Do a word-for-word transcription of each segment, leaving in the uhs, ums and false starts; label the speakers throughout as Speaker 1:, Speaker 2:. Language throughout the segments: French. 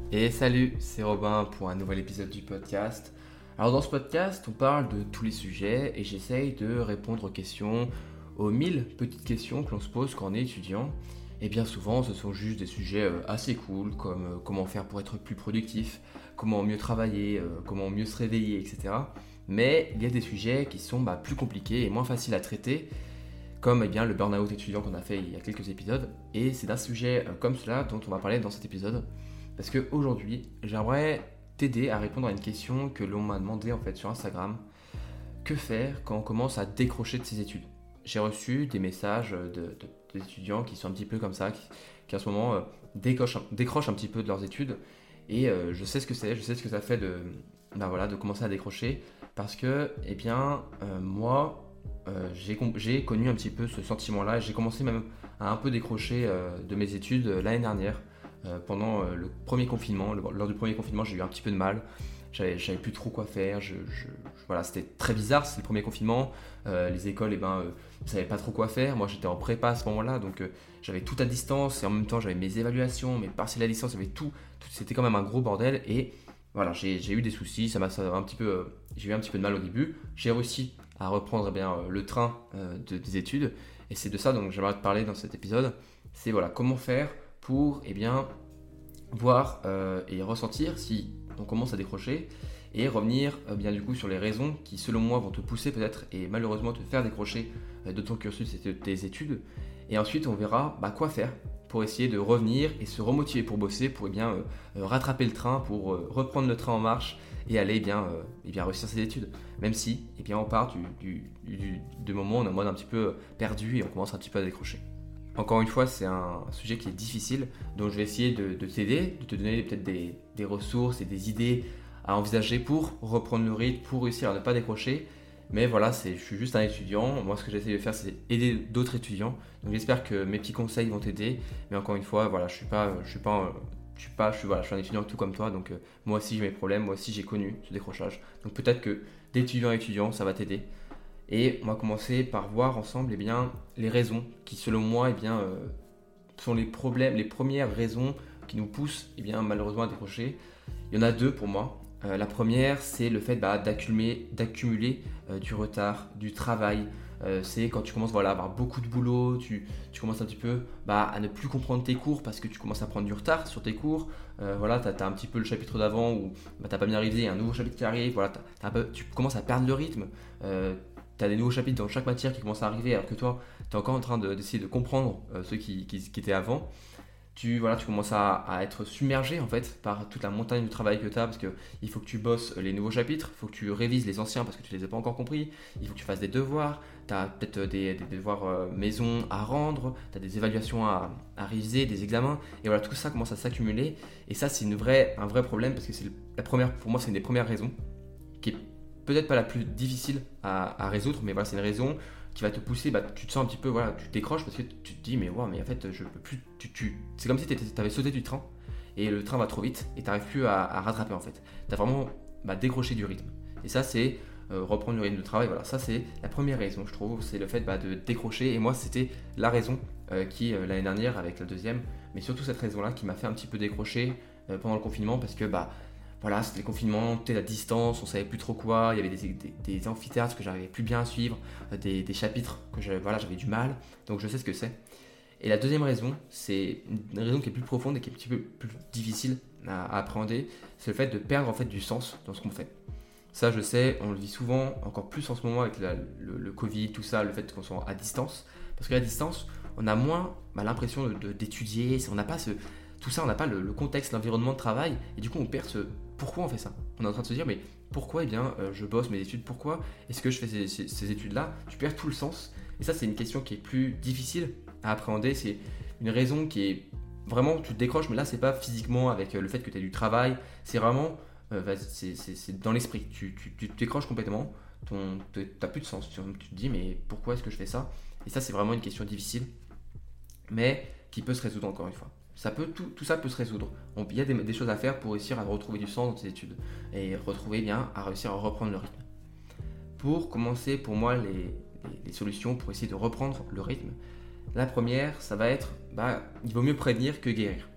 Speaker 1: Et salut, c'est Robin pour un nouvel épisode du podcast. Alors dans ce podcast, on parle de tous les sujets et j'essaye de répondre aux questions, aux mille petites questions que l'on se pose quand on est étudiant. Et bien souvent, ce sont juste des sujets euh, assez cool, comme euh, comment faire pour être plus productif, comment mieux travailler, euh, comment mieux se réveiller, et cetera. Mais il y a des sujets qui sont bah, plus compliqués et moins faciles à traiter, comme eh bien, le burn-out étudiant qu'on a fait il y a quelques épisodes. Et c'est d'un sujet euh, comme cela dont on va parler dans cet épisode. Parce qu'aujourd'hui, j'aimerais t'aider à répondre à une question que l'on m'a demandé en fait sur Instagram. Que faire quand on commence à décrocher de ses études? J'ai reçu des messages de, de- d'étudiants qui sont un petit peu comme ça, qui, qui en ce moment euh, décochent, décrochent un petit peu de leurs études. Et euh, je sais ce que c'est, je sais ce que ça fait de, ben voilà, de commencer à décrocher. Parce que, eh bien, euh, moi, euh, j'ai, con- j'ai connu un petit peu ce sentiment-là. Et j'ai commencé même à un peu décrocher euh, de mes études euh, l'année dernière. Euh, pendant euh, le premier confinement, le- lors du premier confinement, j'ai eu un petit peu de mal. J'avais, j'avais plus trop quoi faire. Je, je- je- voilà, c'était très bizarre. C'est le premier confinement. Euh, les écoles, eh ben, euh, ne savaient pas trop quoi faire. Moi, j'étais en prépa à ce moment-là, donc euh, j'avais tout à distance et en même temps, j'avais mes évaluations, mes partiels à distance, j'avais tout. tout- c'était quand même un gros bordel et voilà, j'ai, j'ai eu des soucis. Ça m'a, ça m'a un petit peu, euh, j'ai eu un petit peu de mal au début. J'ai réussi à reprendre eh bien euh, le train euh, de- des études et c'est de ça donc j'aimerais te parler dans cet épisode. C'est voilà comment faire pour eh bien voir euh, et ressentir si on commence à décrocher et revenir euh, bien du coup sur les raisons qui selon moi vont te pousser peut-être et malheureusement te faire décrocher euh, de ton cursus et de tes études. Et ensuite on verra bah, quoi faire pour essayer de revenir et se remotiver pour bosser, pour eh bien, euh, euh, rattraper le train, pour euh, reprendre le train en marche et aller eh bien, euh, eh bien réussir ses études. Même si eh bien, on part du, du, du, du moment où on est en mode un petit peu perdu et on commence un petit peu à décrocher. Encore une fois, c'est un sujet qui est difficile, donc je vais essayer de, de t'aider, de te donner peut-être des, des ressources et des idées à envisager pour reprendre le rythme, pour réussir à ne pas décrocher. Mais voilà, c'est, je suis juste un étudiant. Moi, ce que j'essaie de faire, c'est aider d'autres étudiants. Donc j'espère que mes petits conseils vont t'aider. Mais encore une fois, voilà, je suis pas, je suis pas, je suis pas, je suis, voilà, je suis un étudiant tout comme toi. Donc euh, moi aussi j'ai mes problèmes, moi aussi j'ai connu ce décrochage. Donc peut-être que d'étudiant à étudiant, ça va t'aider. Et on va commencer par voir ensemble eh bien, les raisons qui, selon moi, eh bien, euh, sont les problèmes, les premières raisons qui nous poussent eh bien, malheureusement à décrocher. Il y en a deux pour moi. Euh, la première, c'est le fait bah, d'accumuler, d'accumuler euh, du retard, du travail. Euh, c'est quand tu commences voilà, à avoir beaucoup de boulot, tu, tu commences un petit peu bah, à ne plus comprendre tes cours parce que tu commences à prendre du retard sur tes cours. Euh, voilà, tu as un petit peu le chapitre d'avant où bah, tu n'as pas bien révisé, il y a un nouveau chapitre qui arrive, voilà, t'as- t'as un peu- tu commences à perdre le rythme. Euh, tu as des nouveaux chapitres dans chaque matière qui commencent à arriver alors que toi, tu es encore en train de- d'essayer de comprendre euh, ceux qui, qui, qui étaient avant. Tu, voilà, tu commences à, à être submergé en fait par toute la montagne du travail que tu as parce qu'il faut que tu bosses les nouveaux chapitres, il faut que tu révises les anciens parce que tu les as pas encore compris, il faut que tu fasses des devoirs, tu as peut-être des, des devoirs euh, maison à rendre, tu as des évaluations à, à réviser, des examens, et voilà, tout ça commence à s'accumuler. Et ça, c'est une vraie, un vrai problème parce que c'est le- la première, pour moi, c'est une des premières raisons qui est peut-être pas la plus difficile à, à résoudre, mais voilà, c'est une raison qui va te pousser, bah, tu te sens un petit peu, voilà, tu décroches parce que tu te dis, mais wow, mais en fait, je peux plus, tu, tu... c'est comme si tu avais sauté du train et le train va trop vite et tu n'arrives plus à, à rattraper en fait. Tu as vraiment bah, décroché du rythme. Et ça, c'est euh, reprendre le rythme de travail. Voilà, ça, c'est la première raison, je trouve, c'est le fait bah, de décrocher. Et moi, c'était la raison euh, qui, euh, l'année dernière, avec la deuxième, mais surtout cette raison-là qui m'a fait un petit peu décrocher euh, pendant le confinement parce que, bah, voilà, c'était le confinement, c'était la distance, on savait plus trop quoi, il y avait des, des, des amphithéâtres que j'arrivais plus bien à suivre, euh, des, des chapitres que j'avais, voilà, j'avais du mal, donc je sais ce que c'est. Et la deuxième raison, c'est une raison qui est plus profonde et qui est un petit peu plus difficile à, à appréhender, c'est le fait de perdre en fait du sens dans ce qu'on fait. Ça, je sais, on le vit souvent, encore plus en ce moment avec la- le, le Covid, tout ça, le fait qu'on soit à distance. Parce qu'à distance, on a moins bah, l'impression de- de- d'étudier, on n'a pas ce, tout ça, on n'a pas le, le contexte, l'environnement de travail, et du coup, on perd ce pourquoi on fait ça. On est en train de se dire, mais pourquoi eh bien, euh, je bosse mes études, pourquoi est-ce que je fais ces, ces- ces études-là? Tu perds tout le sens. Et ça, c'est une question qui est plus difficile à appréhender. C'est une raison qui est vraiment, tu te décroches, mais là, c'est pas physiquement avec euh, le fait que tu as du travail, c'est vraiment euh, vas-y, c'est, c'est- c'est dans l'esprit. Tu, tu, tu te décroches complètement, tu n'as plus de sens. Tu, tu te dis, mais pourquoi est-ce que je fais ça? Et ça, c'est vraiment une question difficile, mais qui peut se résoudre encore une fois. Ça peut, tout, tout ça peut se résoudre. On- Il y a des, des choses à faire pour réussir à retrouver du sens dans tes études et retrouver bien, à réussir à reprendre le rythme. Pour commencer, pour moi, les, les- les solutions pour essayer de reprendre le rythme, la première, ça va être, bah, il vaut mieux prévenir que guérir.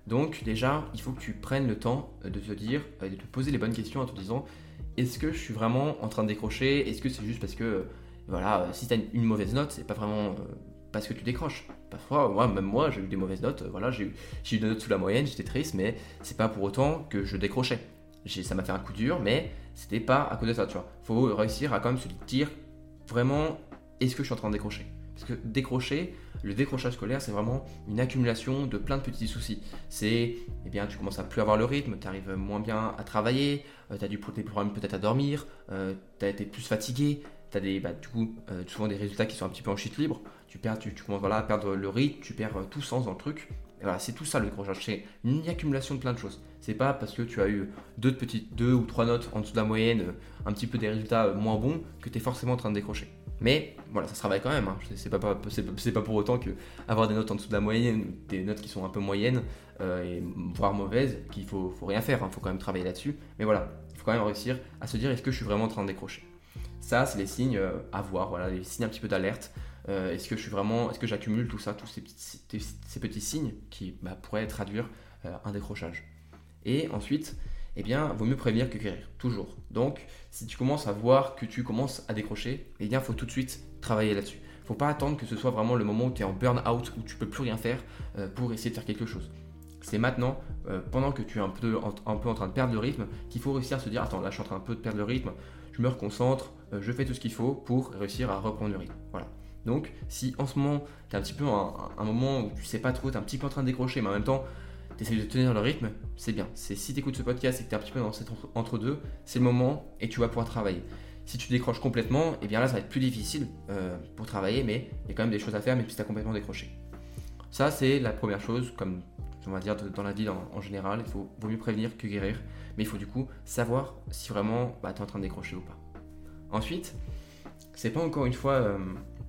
Speaker 1: Donc déjà, il faut que tu prennes le temps de te dire, de te poser les bonnes questions en te disant, est-ce que je suis vraiment en train de décrocher? Est-ce que c'est juste parce que, voilà, si tu as une mauvaise note, c'est pas vraiment parce que tu décroches. Parfois, moi, même moi, j'ai eu des mauvaises notes, voilà, j'ai eu, j'ai eu des notes sous la moyenne, j'étais triste, mais c'est pas pour autant que je décrochais. J'ai, ça m'a fait un coup dur, mais c'était pas à cause de ça, tu vois. Faut réussir à quand même se dire vraiment, est-ce que je suis en train de décrocher? Parce que décrocher, le décrochage scolaire, c'est vraiment une accumulation de plein de petits soucis. C'est, eh bien, tu commences à plus avoir le rythme, tu arrives moins bien à travailler, euh, tu as du, des problèmes peut-être à dormir, euh, tu as été plus fatigué, tu as des, bah, du coup, euh, souvent des résultats qui sont un petit peu en chute libre, tu, perds, tu, tu commences voilà, à perdre le rythme, tu perds euh, tout sens dans le truc. Et voilà, c'est tout ça le décrochage, c'est une accumulation de plein de choses. C'est pas parce que tu as eu deux, petites, deux ou trois notes en dessous de la moyenne, euh, un petit peu des résultats euh, moins bons, que tu es forcément en train de décrocher. Mais voilà, ça se travaille quand même. Hein. C'est, pas, pas, c'est, c'est pas pour autant que avoir des notes en dessous de la moyenne, des notes qui sont un peu moyennes, euh, et voire mauvaises, qu'il faut, faut rien faire. Il hein. faut quand même travailler là-dessus. Mais voilà, il faut quand même réussir à se dire est-ce que je suis vraiment en train de décrocher. Ça, c'est les signes euh, à voir. Voilà, les signes un petit peu d'alerte. Euh, est-ce que je suis vraiment, est-ce que j'accumule tout ça, tous ces petits, ces petits signes qui bah, pourraient traduire euh, un décrochage. Et ensuite, eh bien, vaut mieux prévenir que guérir, toujours. Donc, si tu commences à voir que tu commences à décrocher, eh bien, il faut tout de suite travailler là-dessus. Il ne faut pas attendre que ce soit vraiment le moment où tu es en burn-out, où tu ne peux plus rien faire euh, pour essayer de faire quelque chose. C'est maintenant, euh, pendant que tu es un peu, en, un peu en train de perdre le rythme, qu'il faut réussir à se dire, attends, là, je suis en train un peu de perdre le rythme, je me reconcentre, euh, je fais tout ce qu'il faut pour réussir à reprendre le rythme. Voilà. Donc, si en ce moment, tu es un petit peu un, un moment où tu ne sais pas trop, tu es un petit peu en train de décrocher, mais en même temps, tu essaies de tenir le rythme, c'est bien. C'est, si tu écoutes ce podcast et que tu es un petit peu dans cet entre-deux, c'est le moment et tu vas pouvoir travailler. Si tu décroches complètement, eh bien là, ça va être plus difficile euh, pour travailler, mais il y a quand même des choses à faire, même si tu as complètement décroché. Ça, c'est la première chose, comme on va dire dans la vie en, en général, il faut, vaut mieux prévenir que guérir, mais il faut du coup savoir si vraiment bah, tu es en train de décrocher ou pas. Ensuite, c'est pas encore une fois... Euh,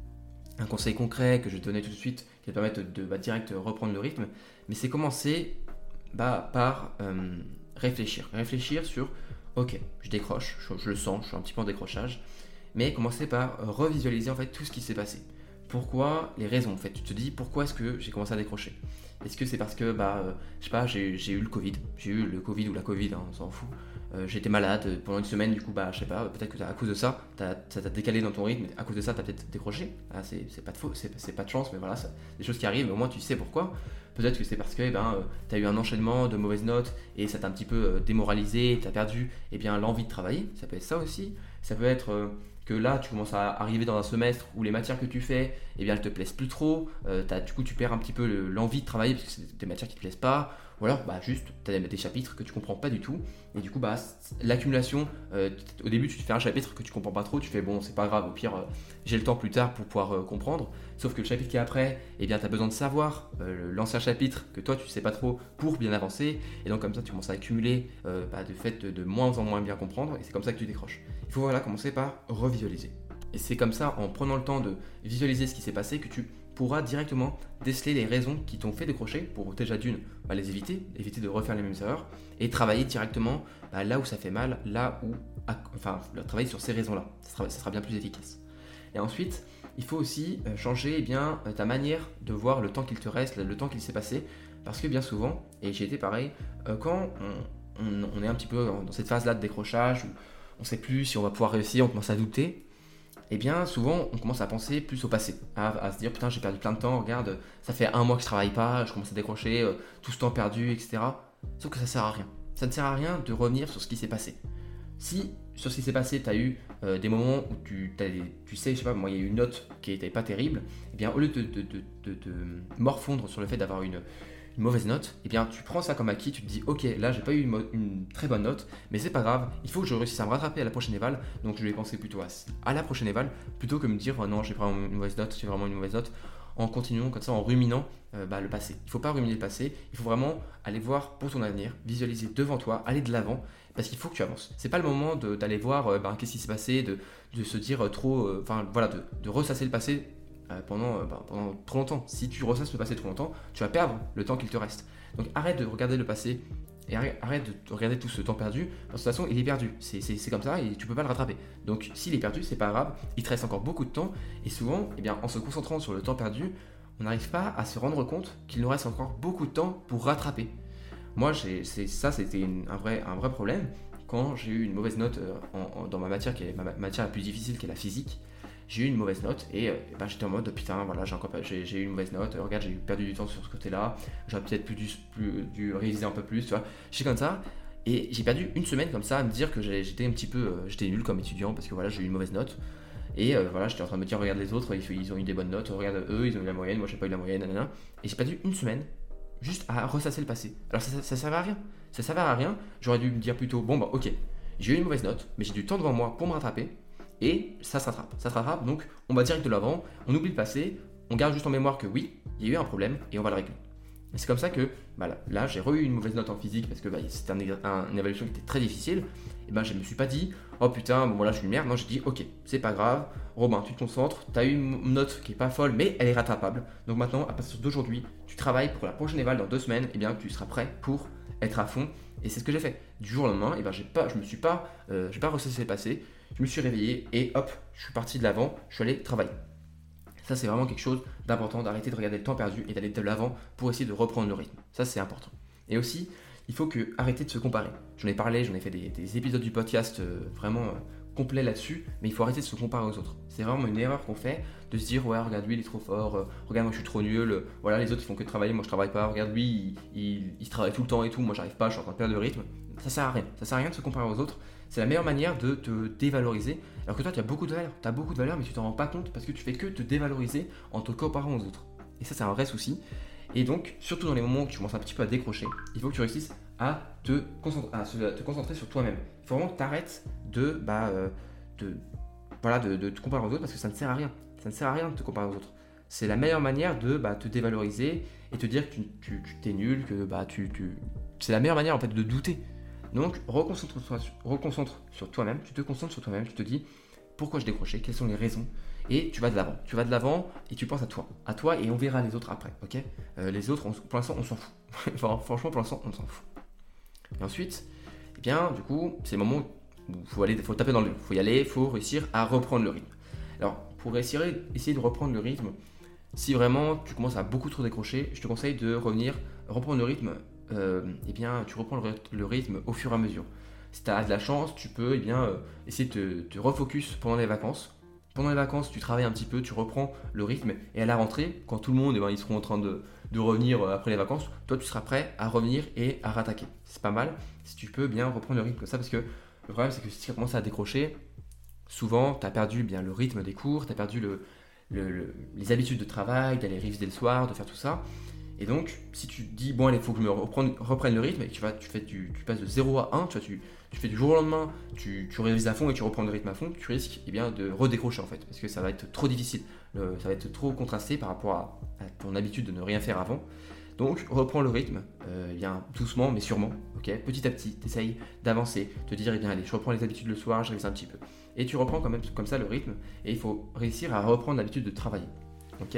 Speaker 1: un conseil concret que je vais te donner tout de suite qui va te permettre de, de bah, direct reprendre le rythme, mais c'est commencer bah, par euh, réfléchir. Réfléchir sur, ok, je décroche, je, je le sens, je suis un petit peu en décrochage, mais commencer par revisualiser en fait tout ce qui s'est passé. Pourquoi, les raisons en fait, tu te dis pourquoi est-ce que j'ai commencé à décrocher? Est-ce que c'est parce que, bah, euh, je sais pas, j'ai, j'ai eu le Covid, j'ai eu le Covid ou la Covid, hein, on s'en fout. Euh, j'ai été malade pendant une semaine, du coup, bah, je sais pas, peut-être que à cause de ça, t'as, ça t'a décalé dans ton rythme, à cause de ça, t'as peut-être décroché. Ah, c'est, c'est pas de faux, c'est, c'est pas de chance, mais voilà, c'est des choses qui arrivent, mais au moins tu sais pourquoi. Peut-être que c'est parce que, eh ben, euh, t'as eu un enchaînement de mauvaises notes et ça t'a un petit peu euh, démoralisé, t'as perdu, eh bien, l'envie de travailler. Ça peut être ça aussi. Ça peut être euh, que là, tu commences à arriver dans un semestre où les matières que tu fais, eh bien, elles te plaisent plus trop. Euh, t'as, du coup, tu perds un petit peu le, l'envie de travailler parce que c'est des matières qui te plaisent pas. Ou alors, bah, juste, tu as des chapitres que tu comprends pas du tout. Et du coup, bah, l'accumulation, euh, au début, tu te fais un chapitre que tu comprends pas trop. Tu fais, bon, c'est pas grave, au pire, euh, j'ai le temps plus tard pour pouvoir euh, comprendre. Sauf que le chapitre qui est après, eh bien, tu as besoin de savoir euh, l'ancien chapitre que toi, tu sais pas trop pour bien avancer. Et donc, comme ça, tu commences à accumuler euh, bah, de fait de, de moins en moins bien comprendre. Et c'est comme ça que tu décroches. Il faut voilà, commencer par revisualiser. Et c'est comme ça, en prenant le temps de visualiser ce qui s'est passé, que tu pourras directement déceler les raisons qui t'ont fait décrocher pour déjà d'une, bah, les éviter, éviter de refaire les mêmes erreurs et travailler directement bah, là où ça fait mal, là où, enfin, travailler sur ces raisons-là, ça sera, ça sera bien plus efficace. Et ensuite, il faut aussi changer eh bien, ta manière de voir le temps qu'il te reste, le temps qu'il s'est passé, parce que bien souvent, et j'ai été pareil, quand on, on, on est un petit peu dans cette phase-là de décrochage, où on ne sait plus si on va pouvoir réussir, on commence à douter, et eh bien souvent on commence à penser plus au passé, à, à se dire putain j'ai perdu plein de temps, regarde, ça fait un mois que je travaille pas, je commence à décrocher, euh, tout ce temps perdu, et cetera. Sauf que ça sert à rien. Ça ne sert à rien de revenir sur ce qui s'est passé. Si sur ce qui s'est passé, tu as eu euh, des moments où tu, tu sais, je sais pas, moi il y a eu une note qui n'était pas terrible, et eh bien au lieu de, de, de, de, de morfondre sur le fait d'avoir une, une mauvaise note, et eh bien tu prends ça comme acquis, tu te dis ok là j'ai pas eu une, une très bonne note, mais c'est pas grave, il faut que je réussisse à me rattraper à la prochaine éval, donc je vais penser plutôt à, à la prochaine éval, plutôt que me dire oh non j'ai vraiment une mauvaise note, j'ai vraiment une mauvaise note, en continuant comme ça, en ruminant euh, bah, le passé. Il ne faut pas ruminer le passé, il faut vraiment aller voir pour ton avenir, visualiser devant toi, aller de l'avant, parce qu'il faut que tu avances. C'est pas le moment de, d'aller voir euh, bah, qu'est-ce qui s'est passé, de, de se dire euh, trop, enfin euh, voilà, de, de ressasser le passé euh, pendant, euh, bah, pendant trop longtemps. Si tu ressasses le passé trop longtemps, tu vas perdre le temps qu'il te reste. Donc arrête de regarder le passé et arrête de regarder tout ce temps perdu, parce que de toute façon il est perdu, c'est, c'est, c'est comme ça et tu peux pas le rattraper. Donc s'il est perdu, c'est pas grave, il te reste encore beaucoup de temps, et souvent, eh bien, en se concentrant sur le temps perdu, on n'arrive pas à se rendre compte qu'il nous reste encore beaucoup de temps pour rattraper. moi, j'ai, c'est, ça, c'était une- un, vrai, un vrai problème. Quand j'ai eu une mauvaise note euh, en- en- dans ma matière, qui est ma ma- matière la plus difficile, qui est la physique, j'ai eu une mauvaise note et euh, ben, j'étais en mode putain, voilà, j'ai, encore, pas- j'ai, j'ai eu une mauvaise note, euh, regarde, j'ai perdu du temps sur ce côté-là, j'aurais peut-être pu dû, plus- dû réviser un peu plus, tu vois. J'étais comme ça et j'ai perdu une semaine comme ça à me dire que j'ai- j'étais un petit peu, euh, j'étais nul comme étudiant parce que voilà, j'ai eu une mauvaise note. Et euh, voilà, j'étais en train de me dire, regarde les autres, ils, ils ont eu des bonnes notes, regarde eux, ils ont eu la moyenne, moi j'ai pas eu la moyenne, nanana. Et j'ai perdu une semaine juste à ressasser le passé. Alors ça, ça, ça servait à rien. Ça servait à rien. J'aurais dû me dire plutôt, bon bah ok, j'ai eu une mauvaise note, mais j'ai du temps devant moi pour me rattraper. Et ça se rattrape. Ça se rattrape, donc on va direct de l'avant, on oublie le passé, on garde juste en mémoire que oui, il y a eu un problème et on va le régler. Et c'est comme ça que bah là, là, j'ai re eu une mauvaise note en physique parce que bah, c'était un, un, une évaluation qui était très difficile. Et ben je me suis pas dit, oh putain, bon voilà, je suis une merde. Non, j'ai dit, ok, c'est pas grave, Robin, tu te concentres, tu as eu une note qui est pas folle, mais elle est rattrapable. Donc maintenant, à partir d'aujourd'hui, tu travailles pour la prochaine éval dans deux semaines, et bien tu seras prêt pour être à fond. Et c'est ce que j'ai fait. Du jour au lendemain, et ben j'ai pas, je me suis pas, euh, j'ai pas ressassé le passé, je me suis réveillé et hop, je suis parti de l'avant, je suis allé travailler. Ça, c'est vraiment quelque chose d'important, d'arrêter de regarder le temps perdu et d'aller de l'avant pour essayer de reprendre le rythme. Ça, c'est important. Et aussi, il faut que arrêter de se comparer. J'en ai parlé, j'en ai fait des, des épisodes du podcast euh, vraiment euh, complets là-dessus, mais il faut arrêter de se comparer aux autres. C'est vraiment une erreur qu'on fait de se dire, ouais, regarde lui, il est trop fort, euh, regarde, moi, je suis trop nul, euh, voilà, les autres, ils font que travailler, moi, je travaille pas, regarde lui, il, il, il travaille tout le temps et tout, moi, j'arrive pas, je suis en train de perdre le rythme. Ça sert à rien. Ça sert à rien de se comparer aux autres. C'est la meilleure manière de te dévaloriser. Alors que toi, tu as beaucoup de valeur. Tu as beaucoup de valeur, mais tu t'en rends pas compte parce que tu fais que te dévaloriser en te comparant aux autres. Et ça, c'est un vrai souci. Et donc, surtout dans les moments où tu commences un petit peu à décrocher, il faut que tu réussisses à te concentrer, à te concentrer sur toi-même. Il faut vraiment que tu arrêtes de, bah, euh, de, voilà, de, de te comparer aux autres parce que ça ne sert à rien. Ça ne sert à rien de te comparer aux autres. C'est la meilleure manière de bah, te dévaloriser et te dire que tu, tu, tu t'es nul, que bah, tu, tu... c'est la meilleure manière en fait de douter. Donc, reconcentre-toi, reconcentre sur toi-même, tu te concentres sur toi-même, tu te dis pourquoi je décrochais, quelles sont les raisons, et tu vas de l'avant. Tu vas de l'avant et tu penses à toi, à toi, et on verra les autres après, ok euh, Les autres, on, pour l'instant, on s'en fout. Enfin, franchement, pour l'instant, on s'en fout. Et ensuite, eh bien, du coup, c'est le moment où il faut aller, faut taper dans le, faut y aller, il faut réussir à reprendre le rythme. Alors, pour essayer, essayer de reprendre le rythme, si vraiment tu commences à beaucoup trop décrocher, je te conseille de revenir, reprendre le rythme. Euh, eh bien, tu reprends le, le rythme au fur et à mesure. Si tu as de la chance, tu peux eh bien, euh, essayer de te, te refocus pendant les vacances. Pendant les vacances, tu travailles un petit peu, tu reprends le rythme et à la rentrée, quand tout le monde eh ben, ils seront en train de, de revenir après les vacances, toi tu seras prêt à revenir et à rattaquer. C'est pas mal si tu peux bien reprendre le rythme comme ça parce que le problème c'est que si tu commences à décrocher, souvent tu as perdu bien le rythme des cours, tu as perdu le, le, le, les habitudes de travail, d'aller réviser le soir, de faire tout ça. Et donc, si tu te dis, bon, allez, il faut que je me reprenne, reprenne le rythme, et que tu, vas, tu, fais du, tu passes de zéro à un, tu, vois, tu, tu fais du jour au lendemain, tu, tu révises à fond et tu reprends le rythme à fond, tu risques eh bien, de redécrocher en fait, parce que ça va être trop difficile, le, ça va être trop contrasté par rapport à, à ton habitude de ne rien faire avant. Donc, reprends le rythme, euh, eh bien, doucement mais sûrement, ok, petit à petit, t'essayes d'avancer, te dire, eh bien, allez, je reprends les habitudes le soir, je révise un petit peu. Et tu reprends quand même comme ça le rythme, et il faut réussir à reprendre l'habitude de travailler, ok.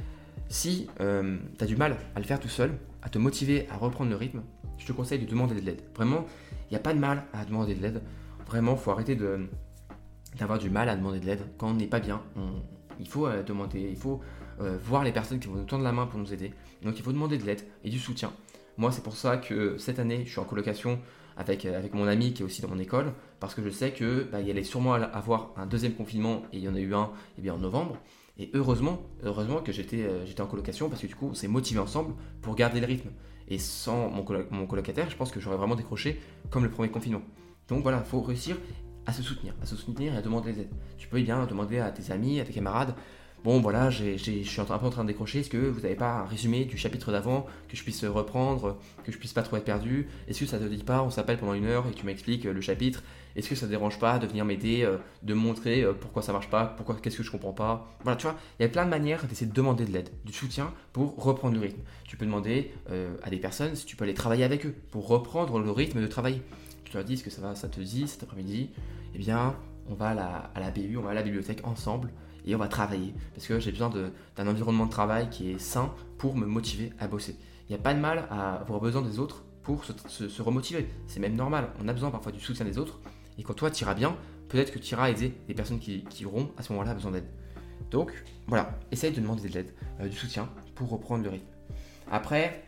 Speaker 1: Si euh, tu as du mal à le faire tout seul, à te motiver à reprendre le rythme, je te conseille de demander de l'aide. Vraiment, il n'y a pas de mal à demander de l'aide. Vraiment, il faut arrêter de, d'avoir du mal à demander de l'aide. Quand on n'est pas bien, on, il faut euh, demander, il faut euh, voir les personnes qui vont nous tendre la main pour nous aider. Donc il faut demander de l'aide et du soutien. Moi, c'est pour ça que cette année, je suis en colocation avec, euh, avec mon ami qui est aussi dans mon école, parce que je sais qu'il bah, allait sûrement avoir un deuxième confinement, et il y en a eu un eh bien, en novembre. Et heureusement, heureusement que j'étais, euh, j'étais en colocation parce que du coup on s'est motivés ensemble pour garder le rythme. Et sans mon, colo- mon colocataire, je pense que j'aurais vraiment décroché comme le premier confinement. Donc voilà, il faut réussir à se soutenir, à se soutenir et à demander des aides. Tu peux eh bien demander à tes amis, à tes camarades, bon voilà, j'ai, j'ai, je suis un peu en train de décrocher, est-ce que vous n'avez pas un résumé du chapitre d'avant que je puisse reprendre, que je puisse pas trop être perdu? Est-ce que ça te dit pas, on s'appelle pendant une heure et tu m'expliques le chapitre? Est-ce que ça te dérange pas de venir m'aider, de me montrer pourquoi ça marche pas, pourquoi, qu'est-ce que je comprends pas? Voilà, tu vois, il y a plein de manières d'essayer de demander de l'aide, du soutien pour reprendre le rythme. Tu peux demander euh, à des personnes si tu peux aller travailler avec eux pour reprendre le rythme de travail. Tu leur dis ce que ça va, ça te dit cet après-midi, eh bien on va à la, à la B U, on va à la bibliothèque ensemble et on va travailler parce que j'ai besoin de, d'un environnement de travail qui est sain pour me motiver à bosser. Il n'y a pas de mal à avoir besoin des autres pour se, se, se remotiver, c'est même normal, on a besoin parfois du soutien des autres et quand toi tu iras bien, peut-être que tu iras aider des personnes qui, qui auront à ce moment-là besoin d'aide. Donc voilà, essaye de demander de l'aide, euh, du soutien pour reprendre le rythme. Après,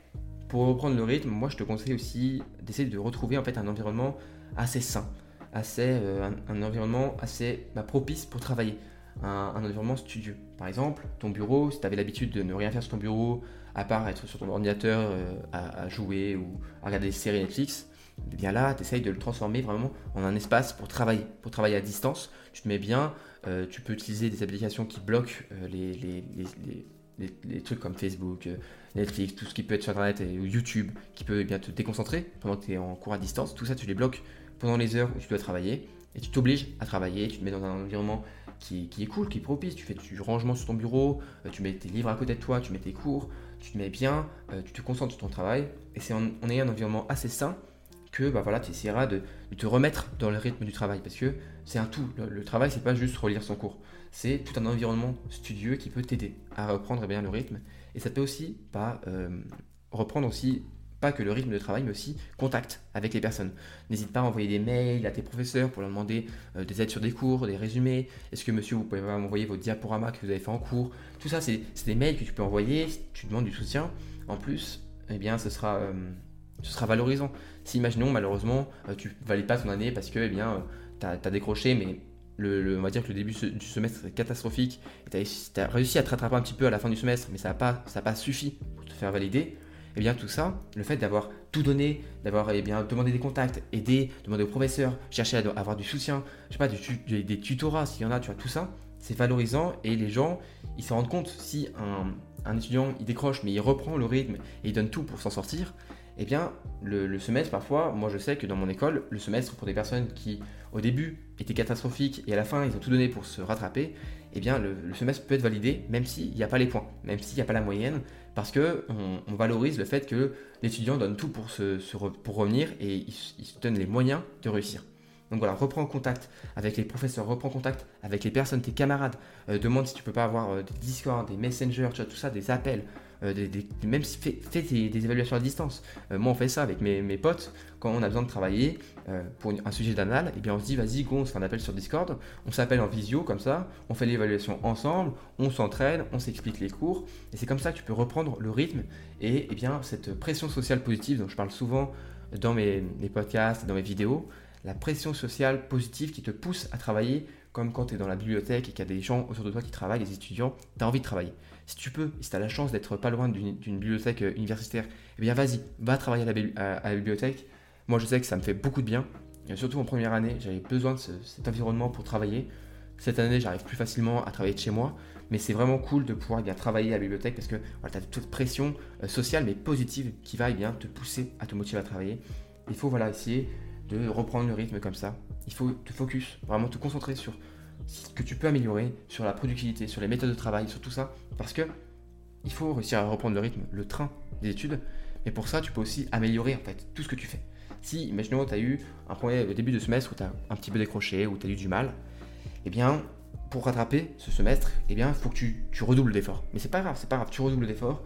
Speaker 1: Pour reprendre le rythme, moi je te conseille aussi d'essayer de retrouver en fait un environnement assez sain, assez, euh, un, un environnement assez bah, propice pour travailler, un, un environnement studieux. Par exemple, ton bureau, si tu avais l'habitude de ne rien faire sur ton bureau, à part être sur ton ordinateur euh, à, à jouer ou à regarder des séries Netflix, eh bien là, tu essayes de le transformer vraiment en un espace pour travailler, pour travailler à distance. Tu te mets bien, euh, tu peux utiliser des applications qui bloquent euh, les, les, les, les Les, les trucs comme Facebook, Netflix, tout ce qui peut être sur Internet et YouTube, qui peut eh bien te déconcentrer pendant que tu es en cours à distance. Tout ça, tu les bloques pendant les heures où tu dois travailler et tu t'obliges à travailler. Tu te mets dans un environnement qui, qui est cool, qui est propice. Tu fais du rangement sur ton bureau, tu mets tes livres à côté de toi, tu mets tes cours, tu te mets bien, tu te concentres sur ton travail. Et c'est en, en ayant un environnement assez sain que bah voilà, tu essaieras de, de te remettre dans le rythme du travail, parce que c'est un tout. Le, le travail, c'est pas juste relire son cours, c'est tout un environnement studieux qui peut t'aider à reprendre eh bien, le rythme. Et ça peut aussi bah, euh, reprendre aussi, pas que le rythme de travail, mais aussi contact avec les personnes. N'hésite pas à envoyer des mails à tes professeurs pour leur demander euh, des aides sur des cours, des résumés. Est-ce que monsieur, vous pouvez m'envoyer vos diaporamas que vous avez fait en cours? Tout ça, c'est, c'est des mails que tu peux envoyer si tu demandes du soutien. En plus, eh bien, ce sera... Euh, ce sera valorisant. Si, imaginons, malheureusement, tu ne valides pas ton année parce que eh bien, tu as décroché, mais le, le, on va dire que le début du semestre est catastrophique, et tu as réussi à te rattraper un petit peu à la fin du semestre, mais ça n'a pas, ça n'a pas suffi pour te faire valider, et bien tout ça, le fait d'avoir tout donné, d'avoir eh bien, demandé des contacts, aidé, demandé aux professeurs, chercher à avoir du soutien, je sais pas, du, des, des tutorats, s'il y en a, tu vois, tout ça, c'est valorisant, et les gens, ils se rendent compte, si un, un étudiant, il décroche, mais il reprend le rythme, et il donne tout pour s'en sortir, eh bien, le, le semestre, parfois, moi je sais que dans mon école, le semestre pour des personnes qui, au début, étaient catastrophiques et à la fin, ils ont tout donné pour se rattraper, eh bien, le, le semestre peut être validé, même s'il n'y a pas les points, même s'il n'y a pas la moyenne, parce qu'on on valorise le fait que l'étudiant donne tout pour, se, se re, pour revenir et il, il se donne les moyens de réussir. Donc voilà, reprends contact avec les professeurs, reprends contact avec les personnes, tes camarades, euh, demande si tu peux pas avoir euh, des Discord, des Messenger, tu vois, tout ça, des appels, euh, des, des, même si fais, fais des, des évaluations à distance. Euh, moi, on fait ça avec mes, mes potes, quand on a besoin de travailler euh, pour une, un sujet d'anal, et bien on se dit, vas-y, go, on se fait un appel sur Discord, on s'appelle en visio, comme ça, on fait l'évaluation ensemble, on s'entraîne, on s'explique les cours, et c'est comme ça que tu peux reprendre le rythme, et, et bien cette pression sociale positive dont je parle souvent dans mes, mes podcasts, dans mes vidéos, la pression sociale positive qui te pousse à travailler, comme quand tu es dans la bibliothèque et qu'il y a des gens autour de toi qui travaillent, des étudiants, tu as envie de travailler. Si tu peux, si tu as la chance d'être pas loin d'une, d'une bibliothèque universitaire, eh bien vas-y, va travailler à la, à, à la bibliothèque. Moi je sais que ça me fait beaucoup de bien, et surtout en première année, j'avais besoin de ce, cet environnement pour travailler. Cette année, j'arrive plus facilement à travailler de chez moi, mais c'est vraiment cool de pouvoir eh bien, travailler à la bibliothèque parce que voilà, tu as toute pression euh, sociale mais positive qui va eh bien, te pousser à te motiver à travailler. Il faut voilà, essayer de reprendre le rythme comme ça. Il faut te focus, vraiment te concentrer sur ce que tu peux améliorer, sur la productivité, sur les méthodes de travail, sur tout ça, parce que il faut réussir à reprendre le rythme, le train des études, mais pour ça, tu peux aussi améliorer en fait tout ce que tu fais. Si, imaginons, tu as eu un premier début de semestre où tu as un petit peu décroché, où tu as eu du mal, eh bien, pour rattraper ce semestre, eh bien, il faut que tu, tu redoubles d'efforts. Mais c'est pas grave, c'est pas grave, tu redoubles d'efforts,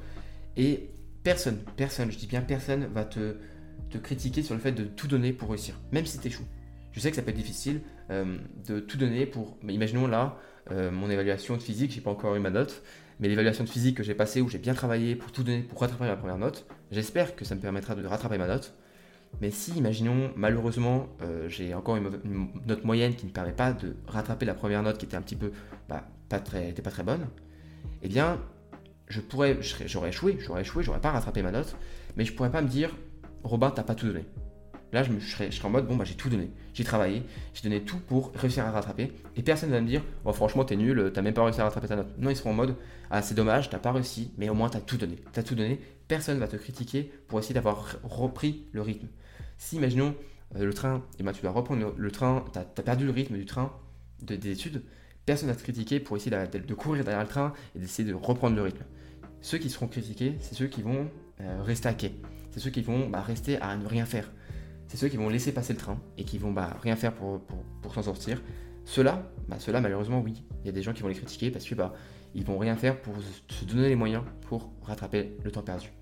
Speaker 1: et personne, personne, je dis bien personne, va te te critiquer sur le fait de tout donner pour réussir, même si tu échoues. Je sais que ça peut être difficile euh, de tout donner pour... Mais imaginons là, euh, mon évaluation de physique, j'ai pas encore eu ma note, mais l'évaluation de physique que j'ai passée, où j'ai bien travaillé pour tout donner, pour rattraper ma première note, j'espère que ça me permettra de rattraper ma note. Mais si, imaginons, malheureusement, euh, j'ai encore une, une note moyenne qui ne permet pas de rattraper la première note qui était un petit peu... Bah, pas très, était pas très bonne, eh bien, je pourrais, j'aurais échoué, j'aurais échoué, j'aurais pas rattrapé ma note, mais je pourrais pas me dire... Robin, t'as pas tout donné. Là, je, me, je, serais, je serais en mode, bon, bah j'ai tout donné. J'ai travaillé, j'ai donné tout pour réussir à rattraper. Et personne ne va me dire, oh, franchement, t'es nul, t'as même pas réussi à rattraper ta note. Non, ils seront en mode, ah, c'est dommage, t'as pas réussi, mais au moins t'as tout donné. T'as tout donné, personne va te critiquer pour essayer d'avoir repris le rythme. Si, imaginons, euh, le train, eh ben, tu dois reprendre le, le train, t'as as perdu le rythme du train de, des études, personne va te critiquer pour essayer de, de, de courir derrière le train et d'essayer de reprendre le rythme. Ceux qui seront critiqués, c'est ceux qui vont euh, rester à quai. C'est ceux qui vont bah, rester à ne rien faire. C'est ceux qui vont laisser passer le train et qui vont bah, rien faire pour, pour, pour s'en sortir. Ceux-là, bah, ceux-là, malheureusement, oui. Il y a des gens qui vont les critiquer parce que bah, ils vont rien faire pour se donner les moyens pour rattraper le temps perdu.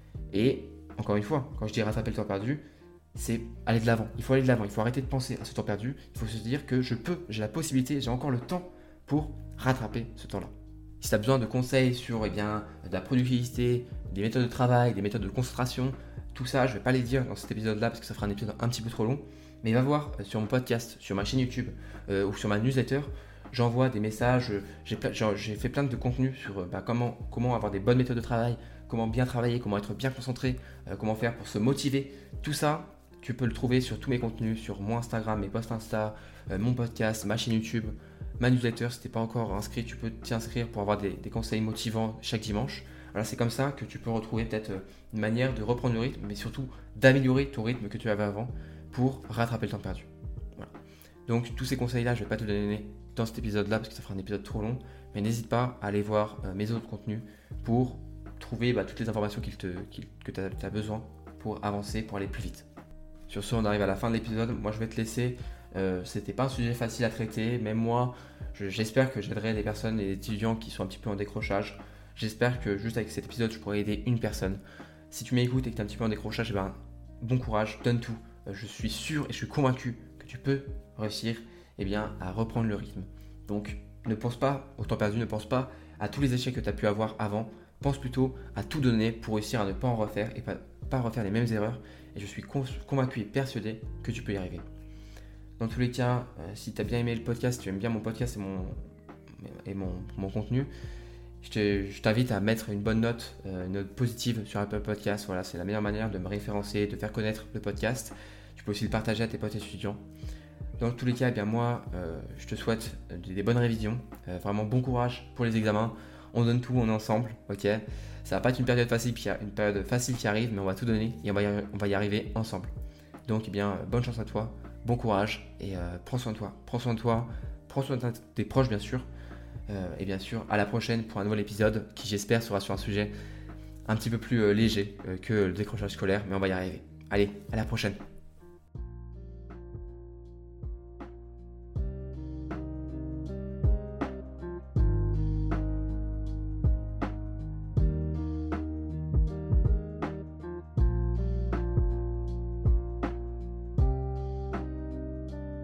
Speaker 1: Et encore une fois, quand je dis rattraper le temps perdu, c'est aller de l'avant. Il faut aller de l'avant. Il faut arrêter de penser à ce temps perdu. Il faut se dire que je peux, j'ai la possibilité, j'ai encore le temps pour rattraper ce temps-là. Si tu as besoin de conseils sur eh bien, de la productivité, des méthodes de travail, des méthodes de concentration, tout ça, je ne vais pas les dire dans cet épisode-là parce que ça fera un épisode un petit peu trop long. Mais va voir sur mon podcast, sur ma chaîne YouTube euh, ou sur ma newsletter, j'envoie des messages, j'ai, j'ai fait plein de contenus sur bah, comment, comment avoir des bonnes méthodes de travail, comment bien travailler, comment être bien concentré, euh, comment faire pour se motiver. Tout ça, tu peux le trouver sur tous mes contenus, sur mon Instagram, mes posts Insta, euh, mon podcast, ma chaîne YouTube, ma newsletter. Si tu n'es pas encore inscrit, tu peux t'y inscrire pour avoir des, des conseils motivants chaque dimanche. Alors c'est comme ça que tu peux retrouver peut-être une manière de reprendre le rythme, mais surtout d'améliorer ton rythme que tu avais avant pour rattraper le temps perdu. Voilà. Donc tous ces conseils-là, je ne vais pas te les donner dans cet épisode-là parce que ça fera un épisode trop long, mais n'hésite pas à aller voir euh, mes autres contenus pour trouver bah, toutes les informations qu'il te, qu'il, que tu as besoin pour avancer, pour aller plus vite. Sur ce, on arrive à la fin de l'épisode. Moi, je vais te laisser. Euh, c'était pas un sujet facile à traiter, même moi, je, j'espère que j'aiderai des personnes et des étudiants qui sont un petit peu en décrochage. J'espère que juste avec cet épisode, je pourrai aider une personne. Si tu m'écoutes et que tu es un petit peu en décrochage, eh ben, bon courage, donne tout. Euh, je suis sûr et je suis convaincu que tu peux réussir eh bien, à reprendre le rythme. Donc, ne pense pas au temps perdu, ne pense pas à tous les échecs que tu as pu avoir avant. Pense plutôt à tout donner pour réussir à ne pas en refaire et pas, pas refaire les mêmes erreurs. Et je suis convaincu et persuadé que tu peux y arriver. Dans tous les cas, euh, si tu as bien aimé le podcast, si tu aimes bien mon podcast et mon, et mon, mon contenu, je, te, je t'invite à mettre une bonne note, euh, une note positive sur Apple Podcast. Voilà, c'est la meilleure manière de me référencer, de faire connaître le podcast. Tu peux aussi le partager à tes potes étudiants. Dans tous les cas, eh bien moi, euh, je te souhaite des, des bonnes révisions. Euh, vraiment bon courage pour les examens. On donne tout, on est ensemble, ok. Ça va pas être une période facile, puis une période facile qui arrive, mais on va tout donner et on va y, on va y arriver ensemble. Donc, eh bien, bonne chance à toi, bon courage et euh, prends soin de toi, prends soin de toi, prends soin de tes proches bien sûr. Euh, et bien sûr, à la prochaine pour un nouvel épisode qui, j'espère, sera sur un sujet un petit peu plus euh, léger euh, que le décrochage scolaire, mais on va y arriver. Allez, à la prochaine.